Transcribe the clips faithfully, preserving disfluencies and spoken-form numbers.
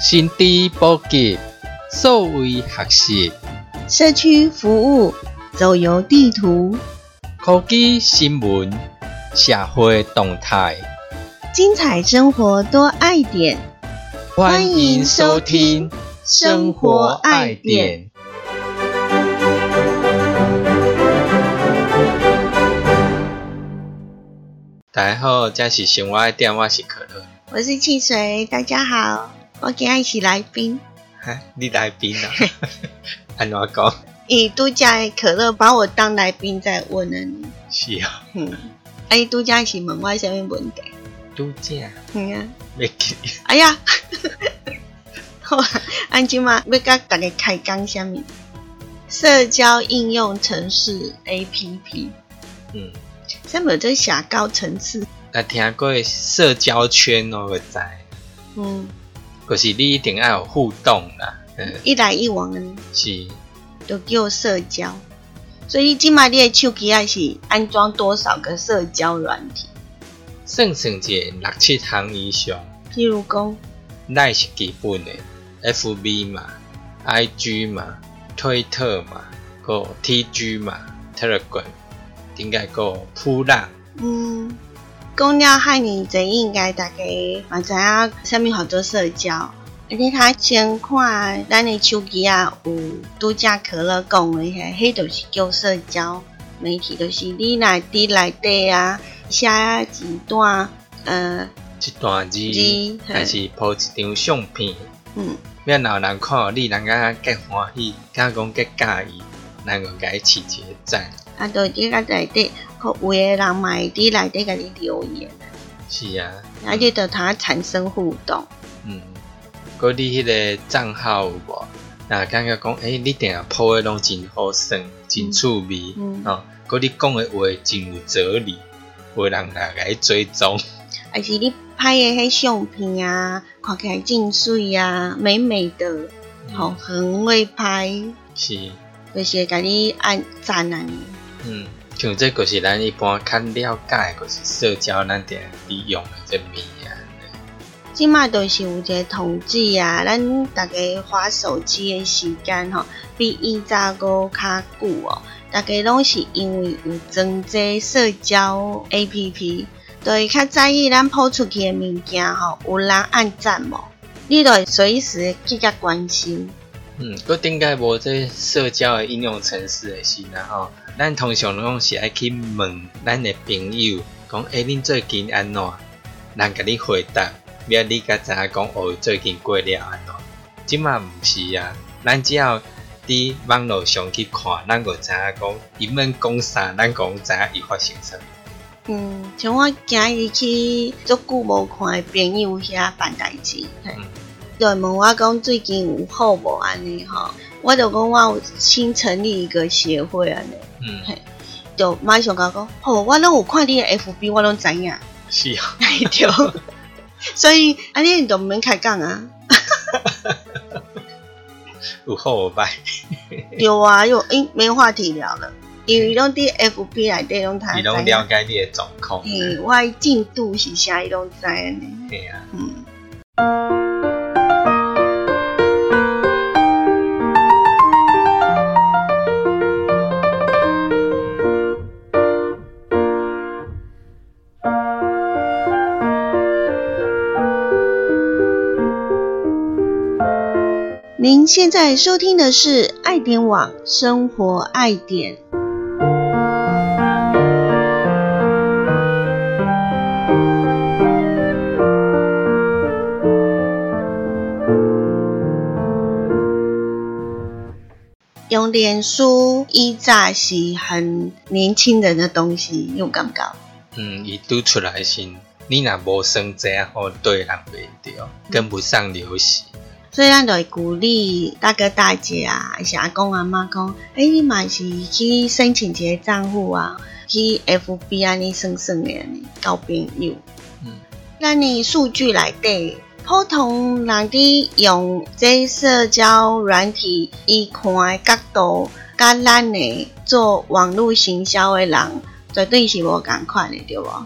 新知普及，数位学习， 社区服务，走游地图， 科技新闻，社会动态， 精彩生活多爱点。 欢迎收听生活爱点。大家好，这是生活爱点，我是可乐， 我是汽水，大家好，我今天是来宾。 哈，你来宾啊？安怎讲？ 伊拄则的可乐把我当来宾在问了你。 是啊。 嗯。啊，伊拄则是问我什么问题？ 拄则。 嗯啊。 袂记。 哎呀。好啊，安今嘛要甲大家开讲什么？社交应用程式 A P P。嗯。什么这下高层次？ 啊，听过社交圈哦，我知。嗯。可是你一定要有互动啦。嗯。 一来一往的。 是。 就叫社交。所以今嘛你的手机还是安装多少个社交软体？ 算算一个六七项以上。 譬如讲 ，Line 是基本的 ，F B 嘛 ，I G 嘛，推特嘛，个 T G 嘛 ，Telegram， 应该个扑浪。 嗯，讲了遐尼侪，应该大家嘛知影啥物叫做社交。而且他先看咱的手机啊，有拄则可乐讲的遐，迄就是叫社交媒体，就是你若伫内底啊，写一段呃一段字，还是铺一张相片，嗯，免有人看你，人家更欢喜，敢讲更介意，人个甲伊起一个赞。 啊，就伫个内底，有的人嘛会伫内底甲你留言。 是啊， 而且就他产生互动。嗯。 佮你迄个账号有无？那感觉讲，诶、欸，你定下铺的拢真好耍，真趣味，嗯，哦，佮你讲的话真有哲理，有人来甲你追踪。还是你拍的迄相片啊，看起来真水啊，美美的，吼、嗯，很会拍。 是。 就是甲你按赞啊。 嗯，像这就是咱一般较了解，就是社交咱定利用的这面啊。 即马都是有一个统计啊，咱大家滑手机的时间吼，比以前个较久哦。大家拢是因为有装这社交 A P P， 就会较在意咱抛出去的物件吼，有人按赞无？你就会随时去甲关心。 嗯，佮顶解无这社交的应用程式的时啦吼，咱通常拢是爱去问咱的朋友，讲诶，恁、欸、最近安怎？人甲你回答。别你甲知影讲哦，最近过了安怎？即马毋是啊，咱只要伫网络上去看，咱就知影讲伊们讲啥，咱讲知影伊发生啥。 嗯，像我今日去足久无看的朋友遐办代志，嗯，就问我讲最近有好无安尼吼？我就讲我有新成立一个协会安尼，嗯，嘿，就马上甲讲，吼，我拢有看你的 F B， 我拢知影。 是啊， 对。所以安尼你都免开讲啊， 有好有歹。 有啊，有诶，没话题聊了，因为拢伫 F B 内底拢谈。 伊拢了解你的状况。 嘿，我的进度是啥，伊拢知安尼。 嘿啊， 嗯。您现在收听的是爱点网生活爱点。用脸书以前是很年轻人的东西，有感觉？ 嗯，伊拄出来时，你若无算这样好，对人袂着，跟不上流行。 所以咱就会鼓励大哥大姐啊，还是阿公阿妈讲，诶、欸，你嘛是去申请一个账户啊，去 F B 安尼算算的安尼交朋友。嗯，咱的数据内底，普通人伫用这社交软体，伊看的角度，甲咱的做网络行销的人，绝对是无共款的，对无？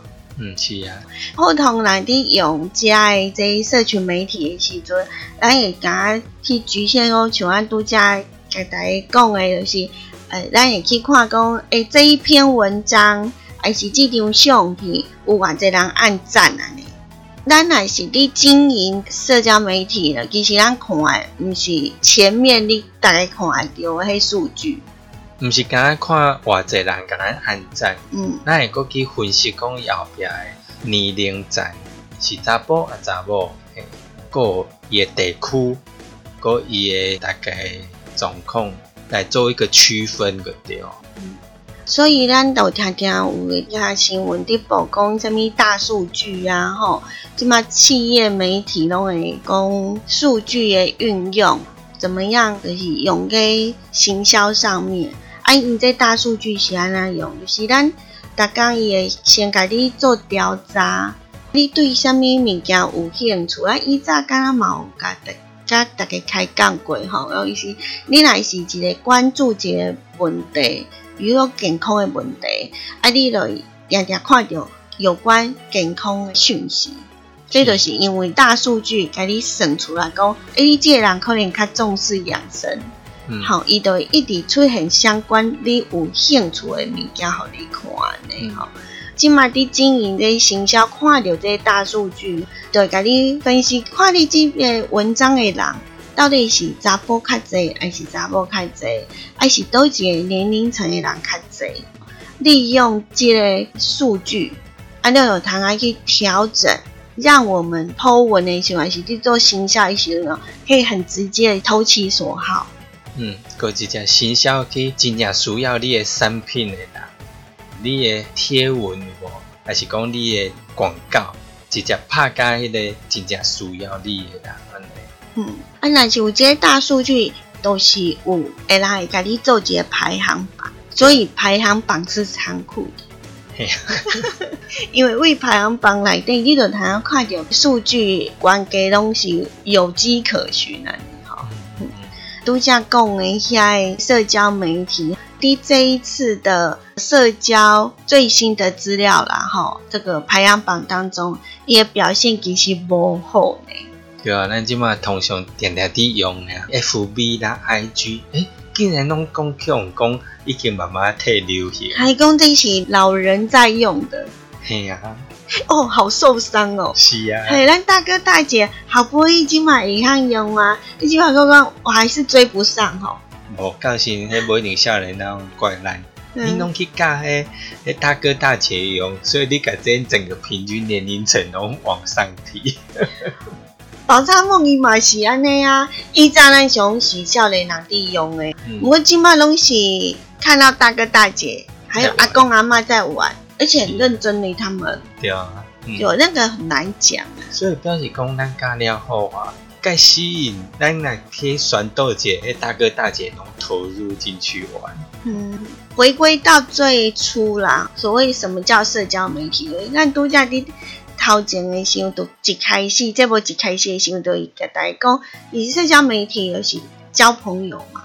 嗯，是啊。 好，通常伫用遮的这社群媒体的时阵，咱会甲去局限讲，像咱拄则甲大家讲的，就是呃，咱会去看讲，诶、欸，这一篇文章还是这张相片，有偌济人按赞啊呢？咱若是伫经营社交媒体了，其实咱看的毋是前面你大概看得到的迄数据， 毋是敢看偌济人甲咱按赞， 嗯， 咱会阁去分析讲后壁的年龄层是查甫啊查某，嘿，阁伊的地区，阁伊的大概状况来做一个区分个对。 嗯，所以咱都听听有遐新闻伫报讲啥物大数据啊，吼，即马企业媒体拢会讲数据的运用，怎么样就是用在行销上面。啊，因这大数据是安怎用？就是咱逐工伊会先甲你做调查，你对啥物物件有兴趣？啊，以早敢若嘛有甲大甲大家开讲过吼，意思你若是一个关注一个问题，比如说健康的问题，啊，你就定定看到有关健康的讯息。这就是因为大数据甲你算出来讲，诶，你这个人可能较重视养生。 嗯， 好，伊就会一直出现相关你有兴趣的物件，互你看呢。吼、嗯，即马伫经营这行销，看到这大数据，就会甲你分析，看你这个文章的人到底是查甫较济，还是查某较济，还是倒一个年龄层的人较济。利用这个数据，啊，你有通啊去调整，让我们 po 文的时候，还是去做行销的时候，可以很直接的投其所好。 嗯，搁一只行销去真正需要你的产品的人，你的贴文无，还是讲你的广告，直接拍甲迄个真正需要你的人安尼。 嗯，啊，若是有这个大数据，都是有会来会甲你做一个排行榜，所以排行榜是残酷的。 嘿因为为排行榜内底，你就通常看到数据原价拢是有迹可循啊。拄则讲的遐社交媒体，伫这一次的社交最新的资料啦，吼，这个排行榜当中，伊的表现其实无好呢。 对啊，咱即马通常定定伫用啊 ，F B 啦、I G， 诶、欸，竟然拢讲强讲已经慢慢退流行。 还讲这是老人在用的。 嘿啊。 哦，好受伤哦！ 是啊， 嘿，咱大哥大姐好不容易今晚会晓用啊，你今晚刚刚我还是追不上吼。 无，到时迄无一定少年人怪咱， 嗯、 你拢去教迄迄大哥大姐用，所以你甲这整个平均年龄层拢往上提。 宝藏梦伊嘛是安尼啊，以前咱想是少年人伫用诶，不过今晚拢是看到大哥大姐还有阿公阿嬷在玩。而且很认真的他们， 对啊， 嗯、有那个很难讲啊。 所以表示讲咱教了后啊，该吸引咱来去选斗者，迄大哥大姐拢投入进去玩。 嗯，回归到最初啦，所谓什么叫社交媒体？咱拄则伫头前的时候，都一开始，这部一开始的时候，都会甲大家讲，以社交媒体就是交朋友嘛。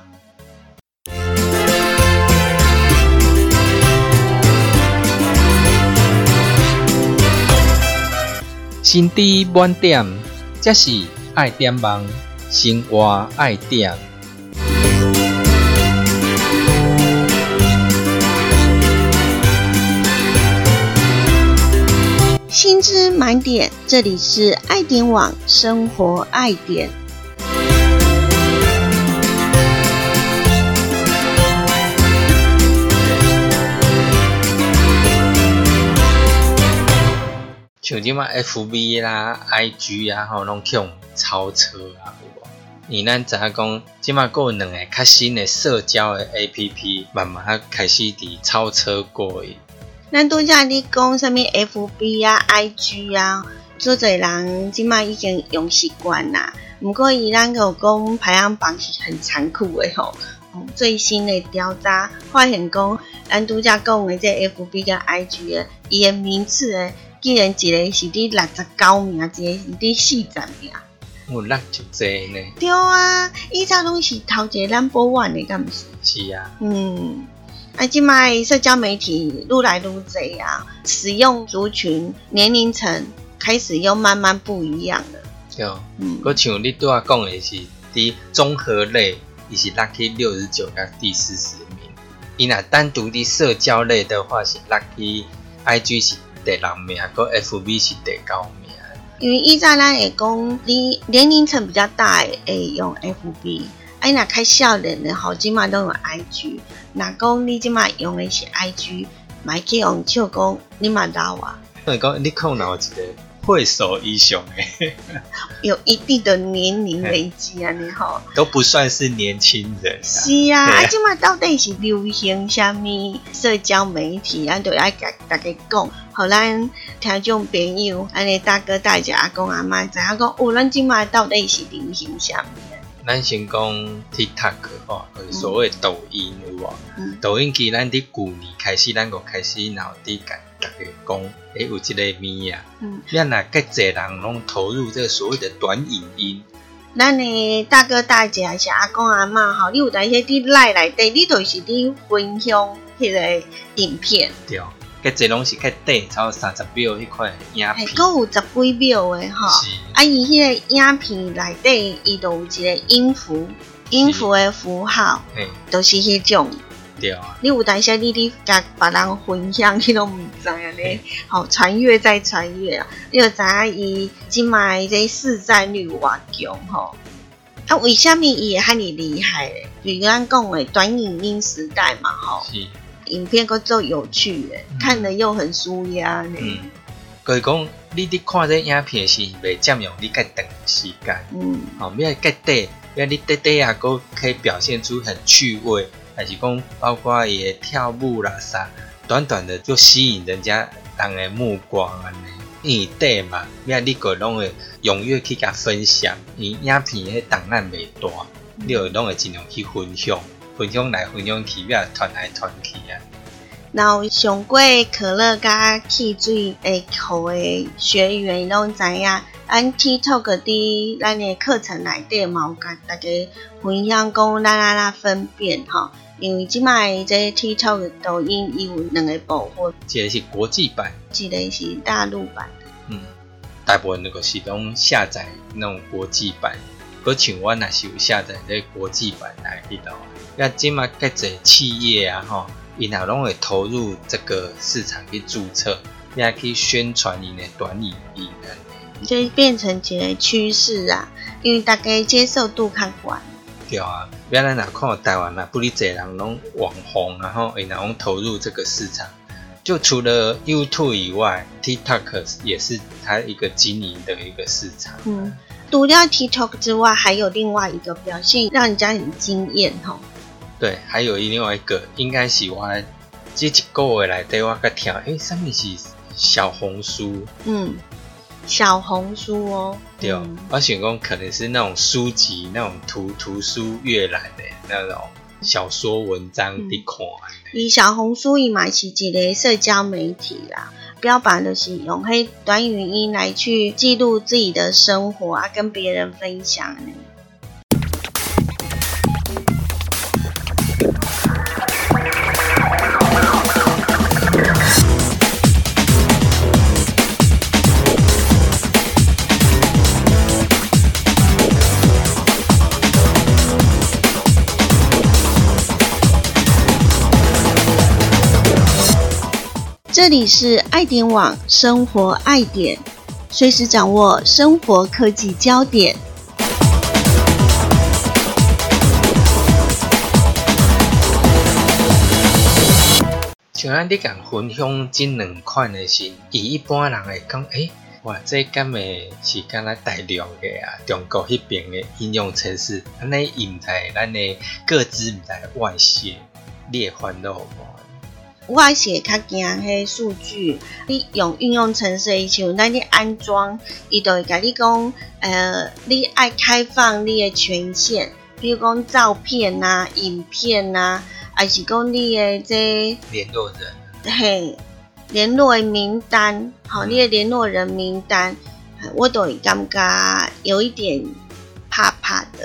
心知满点，这是爱点网，生活爱点。 心知满点，这里是爱点网，生活爱点。 像即马 F B 啦、I G 啊，吼拢去用超车啊，有无？而咱知影讲，即马还有两个较新的社交的 A P P， 慢慢开始伫超车过去。 咱拄则你讲啥物 F B 啊、I G 啊，做侪人即马已经用习惯啦。毋过伊咱有讲排行榜是很残酷的吼。最新的调查发现讲，咱拄则讲的这 F B 跟 I G 的，伊的名次诶。既然一个是伫六十九名，一个是伫四十名， 有六就济呢。 对啊，以前拢是头一个 number one 的，敢毋是？ 是啊。 嗯， 啊，即卖社交媒体愈来愈多啊，使用族群、年龄层开始又慢慢不一样了。 对，嗯，佮像你拄仔讲的是，伫综合类，伊是落去六十九甲第四十名。伊若单独伫社交类的话，是落去 I G 是第六名，佮 F B 是第九名。 因为以前咱会讲，你年龄层比较大的会用 F B。哎，若较少年的吼，即马都用 I G。若讲你即马用的是 I G， 嘛去用笑讲你嘛老啊。 因为讲你可能有一个会手以上的， 有一定的年龄累积啊，你吼都不算是年轻人、啊。 是啊，啊，即马到底是流行啥物社交媒体，咱就爱甲大家讲，互咱听众朋友，安尼大哥大姐、阿公阿妈知影讲，哦，咱即马到底是流行啥物？ 咱先讲 TikTok 吼，就是所谓抖音有无？ 嗯、 抖音其实咱伫旧年开始，咱就开始然后伫甲大家讲，诶、欸，有即个物啊。嗯。咱若介侪人拢投入这个所谓的短影音。 咱的大哥大姐还是阿公阿嬷吼，你有当时伫赖内底，你就是伫分享迄个影片。 对。介侪拢是较短，超三十秒迄块影片。 佫有十几秒的吼。是。啊，伊迄个影片内底，伊都有一个音符，音符的符号，都是迄种。 对啊。 你有当时你伫甲别人分享，你拢毋知啊咧，吼传阅再传阅啊，你就知影伊即卖这市占率偌强吼。啊，为虾米伊会遐尼厉害咧？就咱讲的短影音时代嘛，吼。是。影片佫做有趣的，嗯、看了又很舒压呢。嗯， 就是讲，你伫看这影片是袂占用你介长时间。嗯，好、哦，要介短，要你短短啊，佫可以表现出很趣味，还是讲包括伊的跳舞啦啥，短短的就吸引人家人的目光安尼。因为短嘛，要你个拢会踊跃去甲分享，因影片迄档案袂大，你就拢会尽量去分享。分享来分享去，要传来传去啊。 然后上过可乐甲汽水会考的学员拢知影，咱 TikTok 伫咱的课程内底嘛有甲大家分享讲咱安怎分辨吼，因为即卖这 TikTok 抖音伊有两个部分， 一个是国际版， 一个是大陆版的。 嗯，大部分那个是拢下载那种国际版，佮像我若是有下载这国际版来迄度。那即马介侪企业啊，吼，因也拢会投入这个市场去注册，也去宣传因的短影音， 就变成一个趋势啊。因为大家接受度较高。 对啊，原来若看台湾啊，不哩侪人拢网红，然后因拢投入这个市场。就除了 YouTube 以外 ，TikTok 也是它一个经营的一个市场。嗯， 除了 TikTok 之外，还有另外一个表现让人家很惊艳吼。 对，还有另外一个，应该是我这一个月来对我较听，诶，什么是小红书？ 嗯，小红书哦。 对，嗯、我想讲可能是那种书籍、那种图图书阅览的那种小说文章伫看。 伊、嗯、小红书伊嘛是一个社交媒体啦，标榜的是用迄短语音来去记录自己的生活啊，跟别人分享呢。这里是爱点网生活爱点，随时掌握生活科技焦点。 像咱你讲分享这两款的是，伊一般人会讲，诶、欸，哇，这敢会是敢若大陆的啊，中国迄边的应用程式，咱咧伊毋知咱的各自毋知外泄，你会烦恼无？ 我是较惊迄数据，你用应用程式的时候，咱你安装，伊就会甲你讲，呃，你爱开放你的权限，比如讲照片啊、影片啊，还是讲你的这联络人， 嘿，联络的名单，好、嗯，你的联络人名单，我都会感觉有一点怕怕的。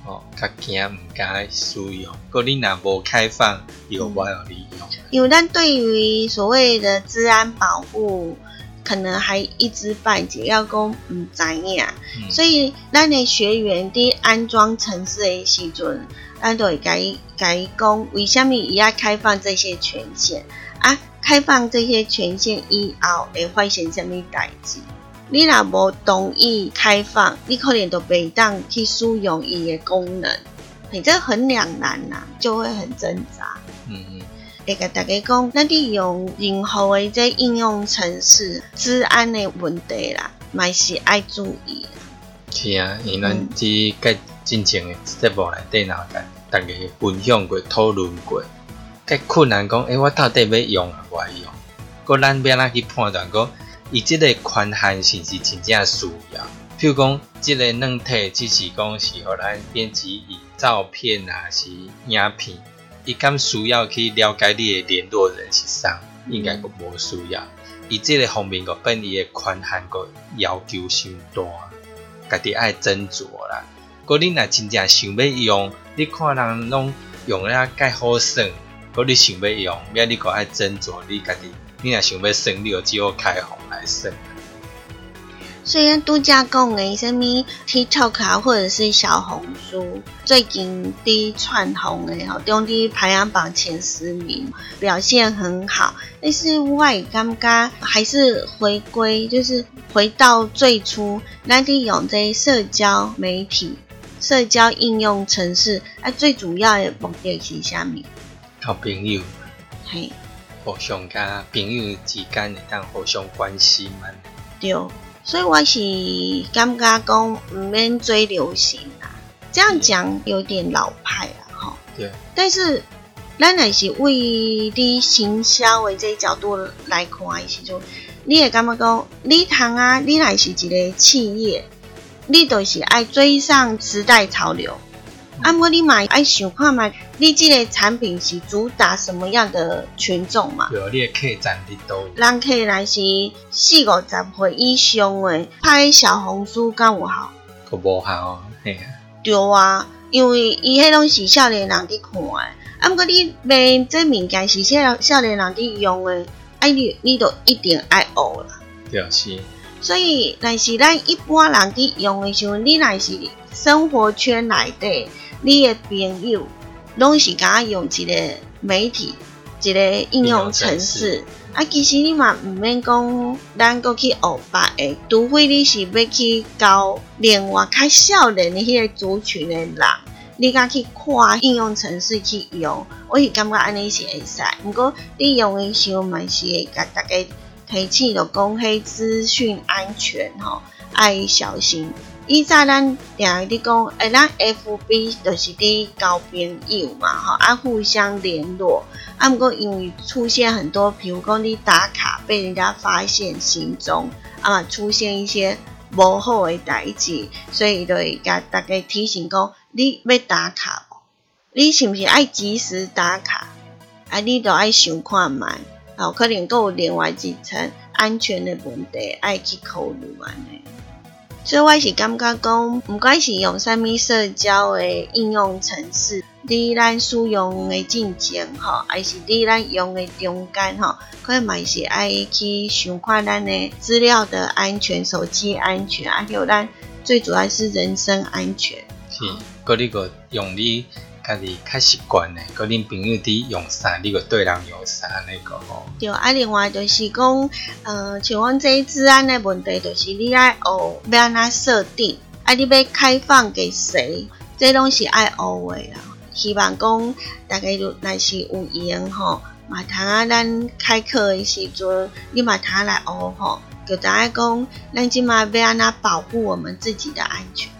吼，较惊毋敢使用。个你若无开放，又无有利用。 因为咱对于所谓的治安保护，可能还一知半解，要讲唔知影，嗯、所以咱的学员伫安装程式的时阵，咱都会甲伊甲伊讲，为什么伊要开放这些权限啊？开放这些权限以后会发生什么代志？你若无同意开放，你可能就袂当去使用伊的功能，你这很两难呐，就会很挣扎。 嗯嗯。 会甲大家讲，咱伫用任何的这应用程式，治安的问题啦，嘛是爱注意啦。 是啊，因为咱即个之前的节目内底，然后甲大家分享过、讨论过，较困难讲，诶、欸，我到底要用啊，无爱用？个咱要哪去判断讲，伊即个权限是不是真正需要？譬如讲，即个软体只是讲是互咱编辑照片啊，是影片。伊敢需要去了解你的联络人是啥？应该个无需要。伊即个方面个本伊的权限个要求伤大，家己爱斟酌啦。个你若真正想要用，你看人拢用了介好耍，个你想要用，要你个爱斟酌，你家己，你若想要耍，你就只好开放来耍。 虽然度假讲的什么 TikTok 啊，或者是小红书，最近伫窜红的吼，中伫排行榜前十名，表现很好。但是我也感觉还是回归，就是回到最初，咱伫用这社交媒体、社交应用程式，啊，最主要的目的是啥物？ 交朋友， 嘿， 互相甲朋友之间会当互相关心嘛。 对。所以我是感觉讲唔免追流行啦，这样讲有点老派啦吼。 对。 但是咱若是为你行销的这角度来看的时阵，你会感觉讲，你通啊，你若是一个企业，你就是爱追上时代潮流。啊，不过你嘛爱想看嘛，你这个产品是主打什么样的群众嘛？ 对，你的客栈伫倒位？ 人客若是四五十岁以上的，拍小红书敢有效？ 个无效，嘿啊。 对啊，因为伊迄拢是少年人伫看的，啊，不过你卖这物件是少少年人伫用的，啊，你你就一定爱学啦。 对是。 所以，若是咱一般人伫用的时候，你若是生活圈内底。你的朋友拢是敢用一个媒体、一个应用程式，啊，其实你嘛毋免讲，咱搁去学别的，除非你是要去教另外较少年的迄个族群的人，你甲去看应用程式去用，我是感觉安尼是会使。不过你用的时候嘛是会甲大家提醒，就讲迄资讯安全吼，爱小心。以前咱定伫讲，诶，咱 F B 就是伫交朋友嘛，吼，啊，互相联络。啊，不过因为出现很多，比如讲你打卡被人家发现行踪，啊，出现一些无好的代志，所以就会甲大家提醒讲，你要打卡无？你是不是爱及时打卡？啊，你都爱想看卖，哦，可能还有另外一层安全的问题爱去考虑安尼。所以我是感觉讲，不管是用啥物社交的应用程式，伫咱使用的进前吼，还是伫咱用的中间吼，可能嘛是爱去想看咱的资料的安全、手机安全，还有咱最主要是人身安全。 是，搁你个用你家己较习惯的，搁恁朋友伫用啥，你个对人用啥那个吼。 对，啊，另外就是讲，呃，像阮这治安的问题，就是你爱学要安怎设定，啊，你要开放给谁，这拢是爱学的啦。希望讲大家若是有闲吼，嘛通啊，咱开课的时阵，你嘛通来学吼，就知影讲，咱即马要安怎保护我们自己的安全。